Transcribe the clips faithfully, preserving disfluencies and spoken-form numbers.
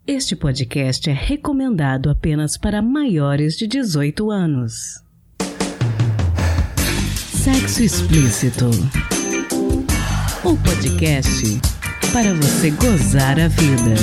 Este podcast é recomendado apenas para maiores de dezoito anos. Sexo Explícito. O podcast para você gozar a vida.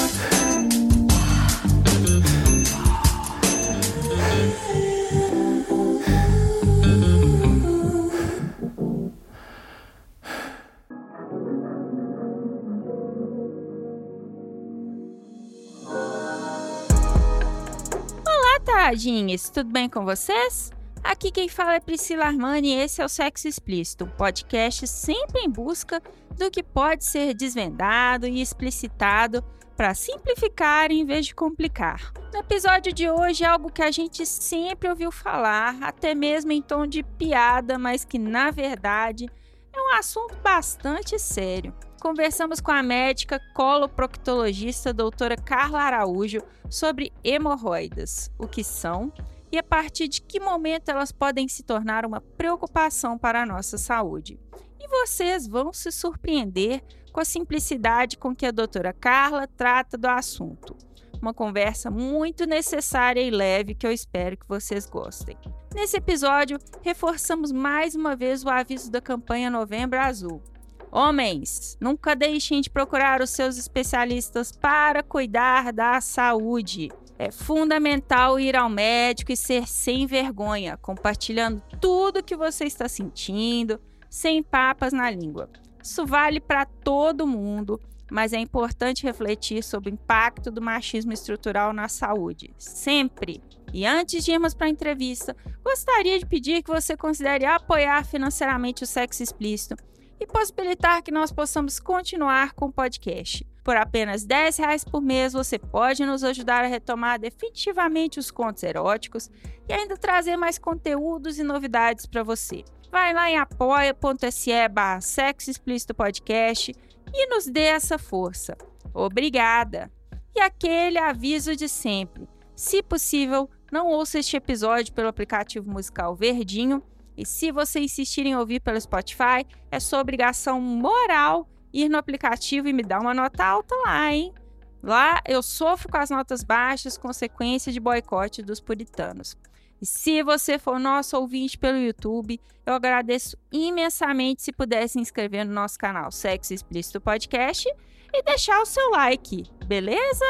Tadinhas, tudo bem com vocês? Aqui quem fala é Priscila Armani e esse é o Sexo Explícito, um podcast sempre em busca do que pode ser desvendado e explicitado para simplificar em vez de complicar. No episódio de hoje é algo que a gente sempre ouviu falar, até mesmo em tom de piada, mas que na verdade é um assunto bastante sério. Conversamos com a médica coloproctologista doutora Carla Araújo sobre hemorroidas, o que são e a partir de que momento elas podem se tornar uma preocupação para a nossa saúde. E vocês vão se surpreender com a simplicidade com que a doutora Carla trata do assunto. Uma conversa muito necessária e leve que eu espero que vocês gostem. Nesse episódio, reforçamos mais uma vez o aviso da campanha Novembro Azul. Homens, nunca deixem de procurar os seus especialistas para cuidar da saúde. É fundamental ir ao médico e ser sem vergonha, compartilhando tudo que você está sentindo, sem papas na língua. Isso vale para todo mundo, mas é importante refletir sobre o impacto do machismo estrutural na saúde, sempre. E antes de irmos para a entrevista, gostaria de pedir que você considere apoiar financeiramente o Sexo Explícito e possibilitar que nós possamos continuar com o podcast. Por apenas dez reais por mês, você pode nos ajudar a retomar definitivamente os contos eróticos e ainda trazer mais conteúdos e novidades para você. Vai lá em apoia.se barra Sexo Explícito Podcast e nos dê essa força. Obrigada! E aquele aviso de sempre. Se possível, não ouça este episódio pelo aplicativo musical Verdinho. E se você insistir em ouvir pelo Spotify, é sua obrigação moral ir no aplicativo e me dar uma nota alta lá, hein? Lá eu sofro com as notas baixas, consequência de boicote dos puritanos. E se você for nosso ouvinte pelo YouTube, eu agradeço imensamente se puder se inscrever no nosso canal Sexo Explícito Podcast e deixar o seu like, beleza?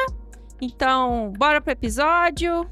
Então, bora pro episódio!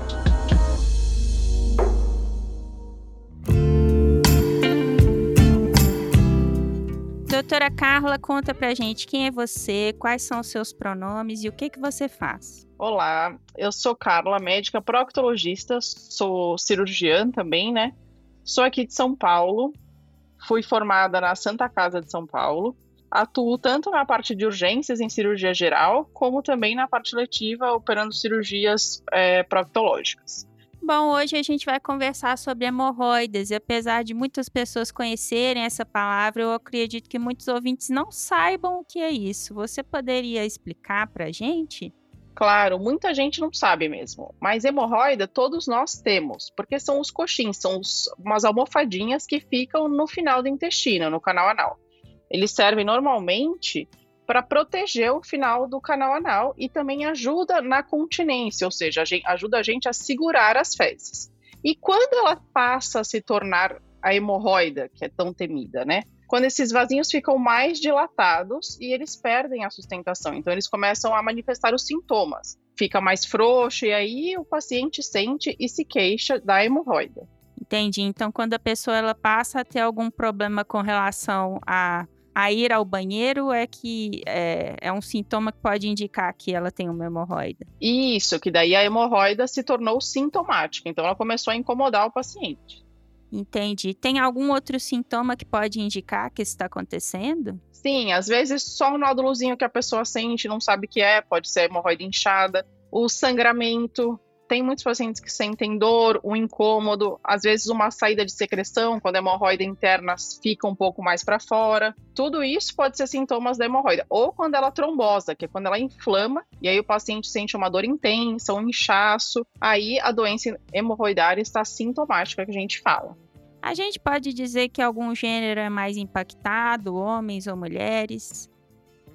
Doutora Carla, conta pra gente quem é você, quais são os seus pronomes e o que que você faz. Olá, eu sou Carla, médica proctologista, sou cirurgiã também, né? Sou aqui de São Paulo, fui formada na Santa Casa de São Paulo, atuo tanto na parte de urgências em cirurgia geral, como também na parte letiva, operando cirurgias é, proctológicas. Bom, hoje a gente vai conversar sobre hemorroidas e apesar de muitas pessoas conhecerem essa palavra, eu acredito que muitos ouvintes não saibam o que é isso. Você poderia explicar pra gente? Claro, muita gente não sabe mesmo, mas hemorroida todos nós temos, porque são os coxins, são os, umas almofadinhas que ficam no final do intestino, no canal anal. Eles servem normalmente para proteger o final do canal anal e também ajuda na continência, ou seja, ajuda a gente a segurar as fezes. E quando ela passa a se tornar a hemorroida, que é tão temida, né? Quando esses vasinhos ficam mais dilatados e eles perdem a sustentação, então eles começam a manifestar os sintomas. Fica mais frouxo e aí o paciente sente e se queixa da hemorroida. Entendi. Então, quando a pessoa ela passa a ter algum problema com relação a A ir ao banheiro é que é, é um sintoma que pode indicar que ela tem uma hemorroida. Isso, que daí a hemorroida se tornou sintomática, então ela começou a incomodar o paciente. Entendi. Tem algum outro sintoma que pode indicar que isso está acontecendo? Sim, às vezes só um nódulozinho que a pessoa sente, não sabe o que é, pode ser a hemorroida inchada, o sangramento. Tem muitos pacientes que sentem dor, um incômodo, às vezes uma saída de secreção, quando a hemorroida interna fica um pouco mais para fora. Tudo isso pode ser sintomas da hemorroida. Ou quando ela trombosa, que é quando ela inflama, e aí o paciente sente uma dor intensa, um inchaço. Aí a doença hemorroidária está sintomática, que a gente fala. A gente pode dizer que algum gênero é mais impactado, homens ou mulheres?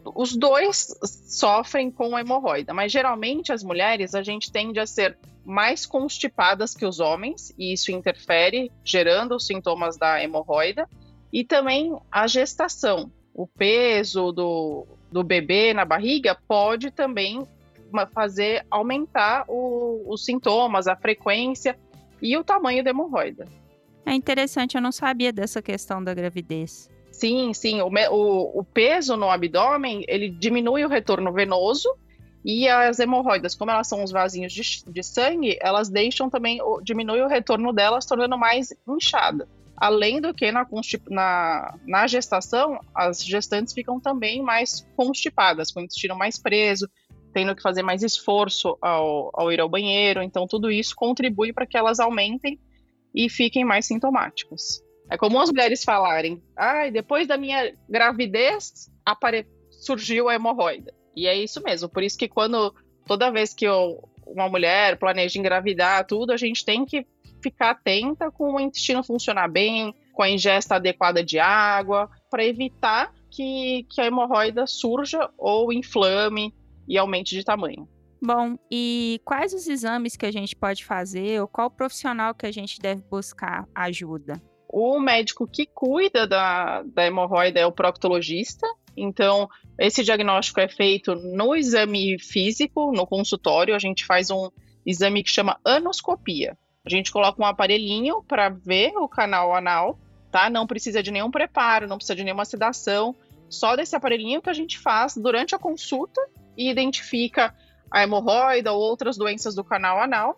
Os dois sofrem com hemorroida, mas geralmente as mulheres, a gente tende a ser mais constipadas que os homens, e isso interfere, gerando os sintomas da hemorroida, e também a gestação. O peso do, do bebê na barriga pode também fazer aumentar o, os sintomas, a frequência e o tamanho da hemorroida. É interessante, eu não sabia dessa questão da gravidez. Sim, sim. O, o, o peso no abdômen, ele diminui o retorno venoso, e as hemorroidas, como elas são os vasinhos de, de sangue, elas deixam também, diminui o retorno delas, tornando mais inchada. Além do que na, na, na gestação, as gestantes ficam também mais constipadas, com o intestino mais preso, tendo que fazer mais esforço ao, ao ir ao banheiro. Então, tudo isso contribui para que elas aumentem e fiquem mais sintomáticas. É comum as mulheres falarem, ah, depois da minha gravidez apare... surgiu a hemorroida. E é isso mesmo, por isso que quando, toda vez que eu, uma mulher planeja engravidar, tudo, a gente tem que ficar atenta com o intestino funcionar bem, com a ingesta adequada de água, para evitar que, que a hemorroida surja ou inflame e aumente de tamanho. Bom, e quais os exames que a gente pode fazer, ou qual profissional que a gente deve buscar ajuda? O médico que cuida da, da hemorroida é o proctologista, então esse diagnóstico é feito no exame físico, no consultório, a gente faz um exame que chama anoscopia. A gente coloca um aparelhinho para ver o canal anal, tá? Não precisa de nenhum preparo, não precisa de nenhuma sedação, só desse aparelhinho que a gente faz durante a consulta e identifica a hemorroida ou outras doenças do canal anal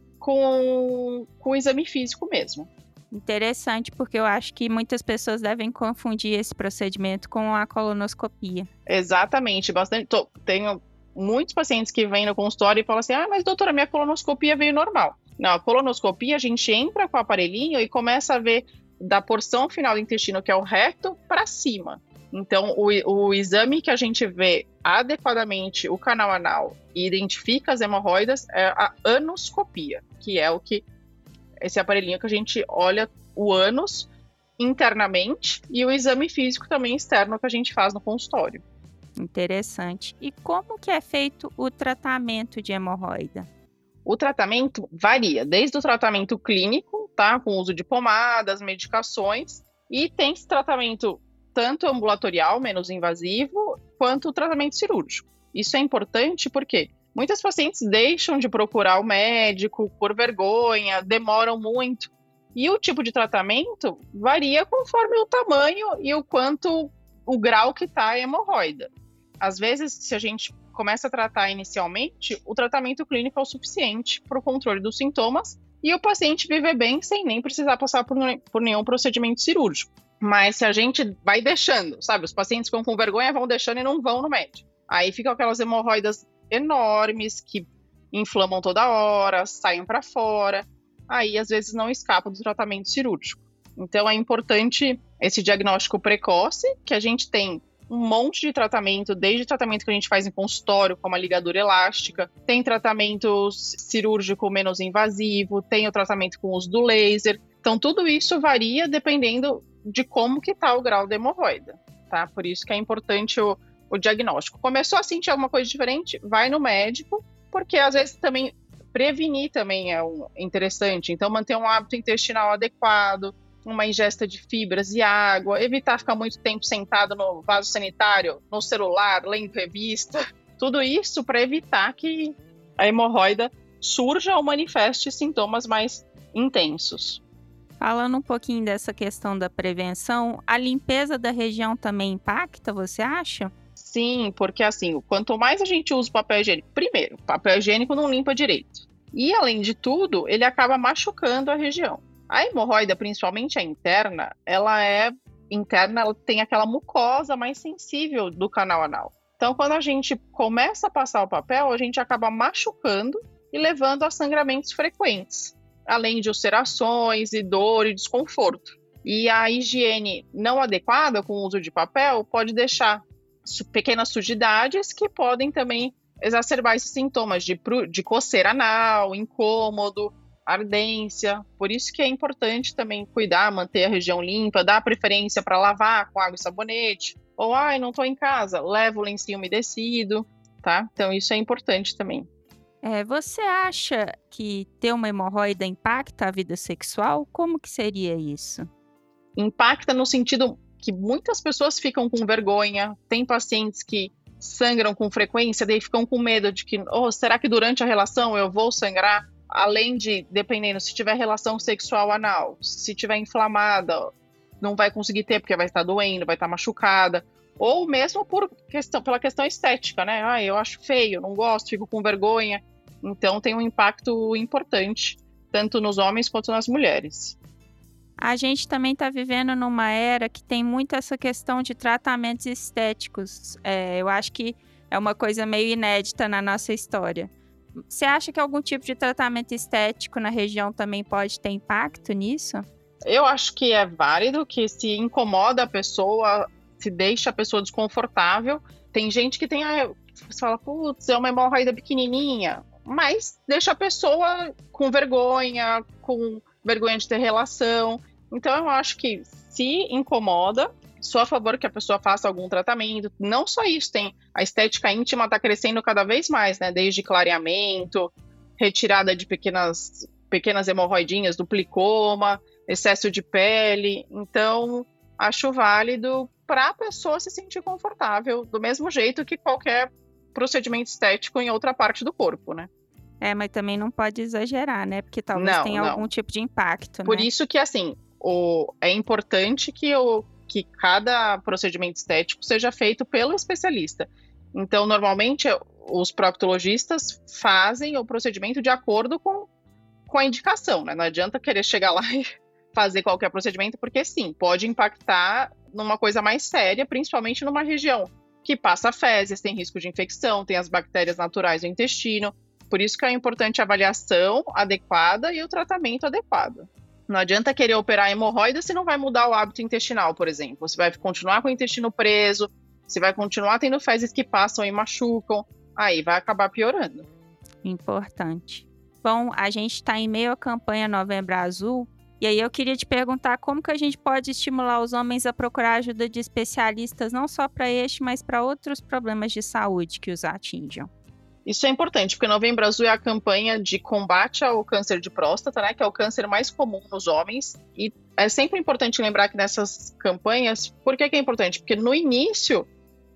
com, com o exame físico mesmo. Interessante, porque eu acho que muitas pessoas devem confundir esse procedimento com a colonoscopia. Exatamente, bastante. Tô, tenho muitos pacientes que vêm no consultório e falam assim, ah, mas doutora, minha colonoscopia veio normal. Não, a colonoscopia a gente entra com o aparelhinho e começa a ver da porção final do intestino, que é o reto, para cima. Então, o, o exame que a gente vê adequadamente o canal anal e identifica as hemorroidas é a anoscopia, que é o que esse aparelhinho que a gente olha o ânus internamente e o exame físico também externo que a gente faz no consultório. Interessante. E como que é feito o tratamento de hemorroida? O tratamento varia, desde o tratamento clínico, tá, com uso de pomadas, medicações, e tem esse tratamento tanto ambulatorial, menos invasivo, quanto o tratamento cirúrgico. Isso é importante porque muitas pacientes deixam de procurar o médico por vergonha, demoram muito. E o tipo de tratamento varia conforme o tamanho e o quanto, o grau que está a hemorroida. Às vezes, se a gente começa a tratar inicialmente, o tratamento clínico é o suficiente para o controle dos sintomas e o paciente vive bem sem nem precisar passar por, por nenhum procedimento cirúrgico. Mas se a gente vai deixando, sabe, os pacientes ficam com vergonha, vão deixando e não vão no médico. Aí ficam aquelas hemorroidas enormes que inflamam toda hora, saem para fora, aí às vezes não escapam do tratamento cirúrgico. Então é importante esse diagnóstico precoce, que a gente tem um monte de tratamento, desde tratamento que a gente faz em consultório, como a ligadura elástica, tem tratamento cirúrgico menos invasivo, tem o tratamento com uso do laser. Então tudo isso varia dependendo de como que tá o grau da hemorroida, tá? Por isso que é importante o, o diagnóstico. Começou a sentir alguma coisa diferente, vai no médico, porque às vezes também prevenir também é um, interessante. Então manter um hábito intestinal adequado, uma ingesta de fibras e água, evitar ficar muito tempo sentado no vaso sanitário, no celular, lendo revista, tudo isso para evitar que a hemorroida surja ou manifeste sintomas mais intensos. Falando um pouquinho dessa questão da prevenção, a limpeza da região também impacta, você acha? Sim, porque assim, quanto mais a gente usa o papel higiênico, primeiro, o papel higiênico não limpa direito. E além de tudo, ele acaba machucando a região. A hemorroida, principalmente a interna, ela é interna, ela tem aquela mucosa mais sensível do canal anal. Então, quando a gente começa a passar o papel, a gente acaba machucando e levando a sangramentos frequentes, além de ulcerações e dor e desconforto. E a higiene não adequada com o uso de papel pode deixar pequenas sujidades que podem também exacerbar esses sintomas de, de coceira anal, incômodo, ardência. Por isso que é importante também cuidar, manter a região limpa, dar preferência para lavar com água e sabonete, Ou, ai, não tô em casa, leva o lencinho umedecido, tá? Então, isso é importante também. É, você acha que ter uma hemorroida impacta a vida sexual? Como que seria isso? Impacta no sentido que muitas pessoas ficam com vergonha, tem pacientes que sangram com frequência, daí ficam com medo de que, oh, será que durante a relação eu vou sangrar? Além de, dependendo, se tiver relação sexual anal, se tiver inflamada, não vai conseguir ter porque vai estar doendo, vai estar machucada, ou mesmo por questão, pela questão estética, né? Ah, eu acho feio, não gosto, fico com vergonha. Então tem um impacto importante, tanto nos homens quanto nas mulheres. A gente também está vivendo numa era que tem muito essa questão de tratamentos estéticos. É, eu acho que é uma coisa meio inédita na nossa história. Você acha que algum tipo de tratamento estético na região também pode ter impacto nisso? Eu acho que é válido, que se incomoda a pessoa, se deixa a pessoa desconfortável. Tem gente que tem, ah, você fala, putz, é uma hemorroida pequenininha, mas deixa a pessoa com vergonha, com vergonha de ter relação. Então, eu acho que se incomoda, sou a favor que a pessoa faça algum tratamento. Não só isso, tem a estética íntima está crescendo cada vez mais, né? Desde clareamento, retirada de pequenas, pequenas hemorroidinhas, duplicoma, excesso de pele. Então, acho válido para a pessoa se sentir confortável, do mesmo jeito que qualquer procedimento estético em outra parte do corpo, né? É, mas também não pode exagerar, né? Porque talvez não, tenha não. algum tipo de impacto, Por né? isso que, assim, o, é importante que, o, que cada procedimento estético seja feito pelo especialista. Então, normalmente, os proctologistas fazem o procedimento de acordo com, com a indicação, né? Não adianta querer chegar lá e fazer qualquer procedimento, porque, sim, pode impactar numa coisa mais séria, principalmente numa região que passa fezes, tem risco de infecção, tem as bactérias naturais do intestino. Por isso que é importante a avaliação adequada e o tratamento adequado. Não adianta querer operar a hemorroida se não vai mudar o hábito intestinal, por exemplo. Você vai continuar com o intestino preso, você vai continuar tendo fezes que passam e machucam, aí vai acabar piorando. Importante. Bom, a gente está em meio à campanha Novembro Azul, e aí eu queria te perguntar como que a gente pode estimular os homens a procurar ajuda de especialistas, não só para este, mas para outros problemas de saúde que os atinjam. Isso é importante, porque Novembro Azul é a campanha de combate ao câncer de próstata, né, que é o câncer mais comum nos homens. E é sempre importante lembrar que nessas campanhas, por que que é importante? Porque no início,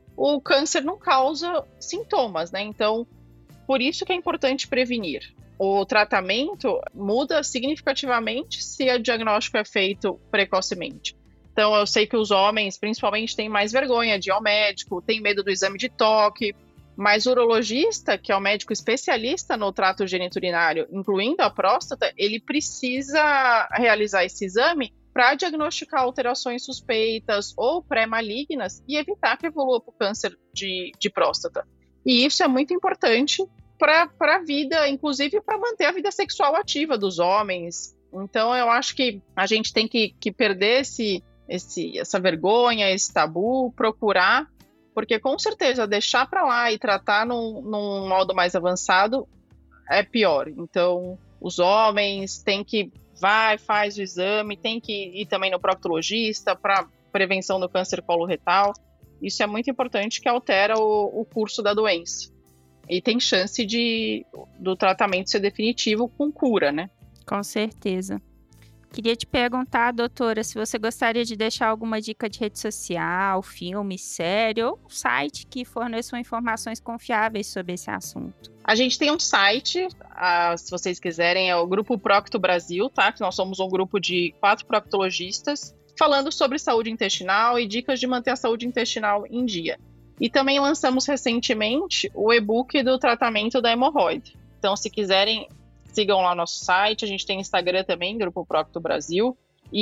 o câncer não causa sintomas, né? Então, por isso que é importante prevenir. O tratamento muda significativamente se o diagnóstico é feito precocemente. Então, eu sei que os homens, principalmente, têm mais vergonha de ir ao médico, têm medo do exame de toque. Mas o urologista, que é o médico especialista no trato geniturinário, incluindo a próstata, ele precisa realizar esse exame para diagnosticar alterações suspeitas ou pré-malignas e evitar que evolua para o câncer de, de próstata. E isso é muito importante para a vida, inclusive para manter a vida sexual ativa dos homens. Então, eu acho que a gente tem que, que perder esse, esse, essa vergonha, esse tabu, procurar. Porque, com certeza, deixar para lá e tratar num, num modo mais avançado é pior. Então, os homens têm que, vai, faz o exame, tem que ir também no proctologista para prevenção do câncer coloretal. Isso é muito importante, que altera o, o curso da doença. E tem chance de, do tratamento ser definitivo com cura, né? Com certeza. Queria te perguntar, doutora, se você gostaria de deixar alguma dica de rede social, filme, série ou site que forneçam informações confiáveis sobre esse assunto. A gente tem um site, uh, se vocês quiserem, é o Grupo Procto Brasil, tá? Que nós somos um grupo de quatro proctologistas falando sobre saúde intestinal e dicas de manter a saúde intestinal em dia. E também lançamos recentemente o e-book do tratamento da hemorroide. Então, se quiserem, sigam lá o nosso site, a gente tem Instagram também, Grupo Procto Brasil,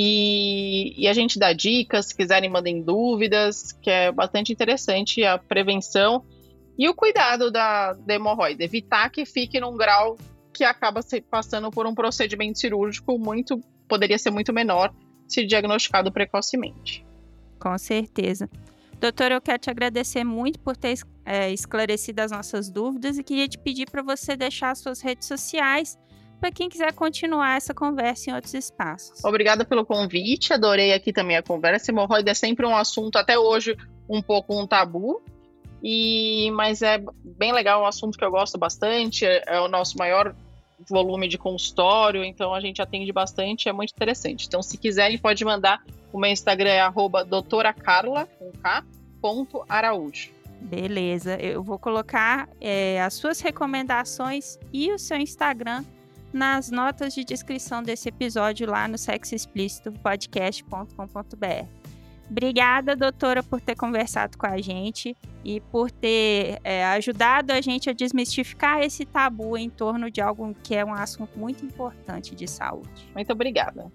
e, e a gente dá dicas, se quiserem mandem dúvidas, que é bastante interessante a prevenção e o cuidado da, da hemorroida, evitar que fique num grau que acaba se passando por um procedimento cirúrgico muito, poderia ser muito menor se diagnosticado precocemente. Com certeza. Doutora, eu quero te agradecer muito por ter é, esclarecido as nossas dúvidas e queria te pedir para você deixar as suas redes sociais para quem quiser continuar essa conversa em outros espaços. Obrigada pelo convite, adorei aqui também a conversa. Hemorroida é sempre um assunto, até hoje, um pouco um tabu, e, mas é bem legal, é um assunto que eu gosto bastante, é, é o nosso maior volume de consultório, então a gente atende bastante, é muito interessante. Então, se quiserem, pode mandar, o meu Instagram é arroba doutora carla, com K, ponto Araújo. Beleza, eu vou colocar é, as suas recomendações e o seu Instagram nas notas de descrição desse episódio lá no sexo explícito podcast ponto com ponto b r. Obrigada, doutora, por ter conversado com a gente e por ter é, ajudado a gente a desmistificar esse tabu em torno de algo que é um assunto muito importante de saúde. Muito obrigada.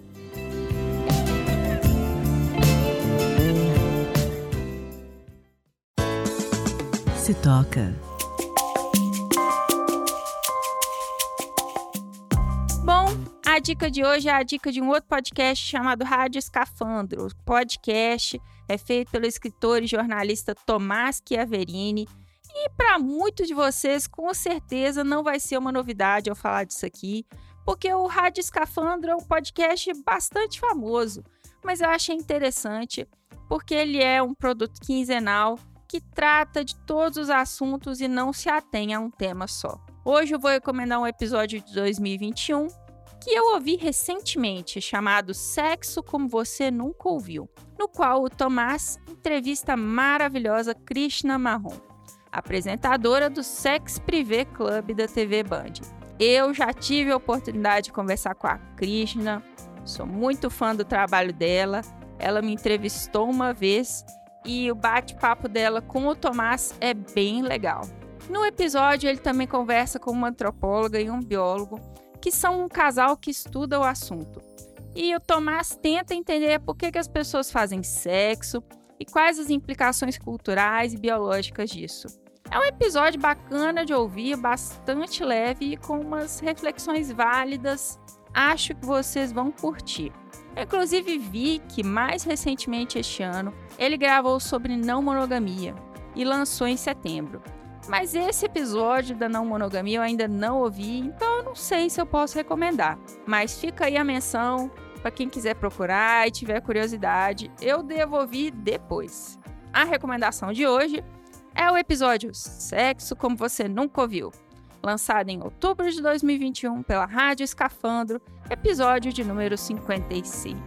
Se toca. Bom, a dica de hoje é a dica de um outro podcast chamado Rádio Escafandro. O podcast é feito pelo escritor e jornalista Tomás Chiaverini. E para muitos de vocês, com certeza, não vai ser uma novidade eu falar disso aqui, porque o Rádio Escafandro é um podcast bastante famoso. Mas eu achei interessante, porque ele é um produto quinzenal que trata de todos os assuntos e não se atém a um tema só. Hoje eu vou recomendar um episódio de dois mil e vinte e um que eu ouvi recentemente, chamado Sexo Como Você Nunca Ouviu, no qual o Tomás entrevista a maravilhosa Krishna Marron, apresentadora do Sex Privé Club da T V Band. Eu já tive a oportunidade de conversar com a Krishna, sou muito fã do trabalho dela, ela me entrevistou uma vez e o bate-papo dela com o Tomás é bem legal. No episódio, ele também conversa com uma antropóloga e um biólogo, que são um casal que estuda o assunto. E o Tomás tenta entender por que, que as pessoas fazem sexo e quais as implicações culturais e biológicas disso. É um episódio bacana de ouvir, bastante leve e com umas reflexões válidas. Acho que vocês vão curtir. Eu, inclusive, vi que mais recentemente este ano ele gravou sobre não monogamia e lançou em setembro. Mas esse episódio da não monogamia eu ainda não ouvi, então eu não sei se eu posso recomendar. Mas fica aí a menção para quem quiser procurar e tiver curiosidade, eu devo ouvir depois. A recomendação de hoje é o episódio Sexo Como Você Nunca Ouviu, lançado em outubro de dois mil e vinte e um pela Rádio Escafandro, episódio de número cinquenta e seis.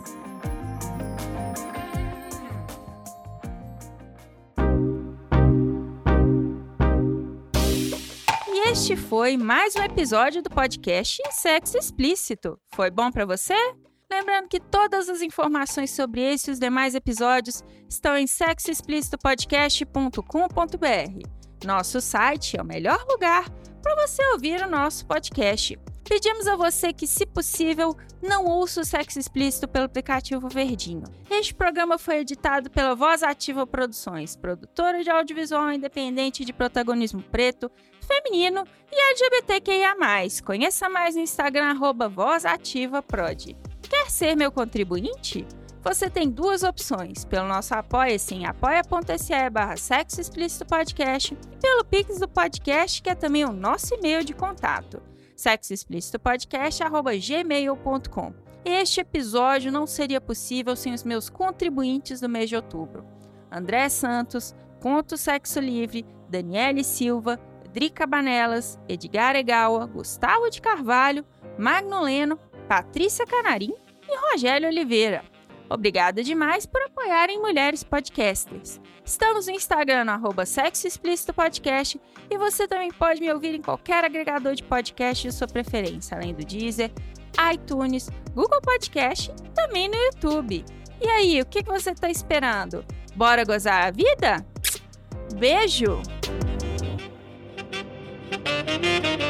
E este foi mais um episódio do podcast Sexo Explícito. Foi bom para você? Lembrando que todas as informações sobre esse e os demais episódios estão em sexo explícito podcast ponto com ponto b r. Nosso site é o melhor lugar para você ouvir o nosso podcast. Pedimos a você que, se possível, não ouça o Sexo Explícito pelo aplicativo Verdinho. Este programa foi editado pela Voz Ativa Produções, produtora de audiovisual independente de protagonismo preto, feminino e L G B T Q I A mais. Conheça mais no Instagram, arroba Voz Ativa Prod. Quer ser meu contribuinte? Você tem duas opções, pelo nosso Apoia-se em apoia.se barra Sexo Explícito Podcast e pelo Pix do podcast, que é também o nosso e-mail de contato, sexo explícito podcast arroba gmail ponto com. Este episódio não seria possível sem os meus contribuintes do mês de outubro: André Santos, Conto Sexo Livre, Daniele Silva, Drica Banelas, Edgar Egawa, Gustavo de Carvalho, Magno Leno, Patrícia Canarim e Rogério Oliveira. Obrigada demais por apoiarem Mulheres Podcasters. Estamos no Instagram, no arroba Sexo Explícito Podcast, e você também pode me ouvir em qualquer agregador de podcast de sua preferência, além do Deezer, iTunes, Google Podcast e também no YouTube. E aí, o que você está esperando? Bora gozar a vida? Beijo!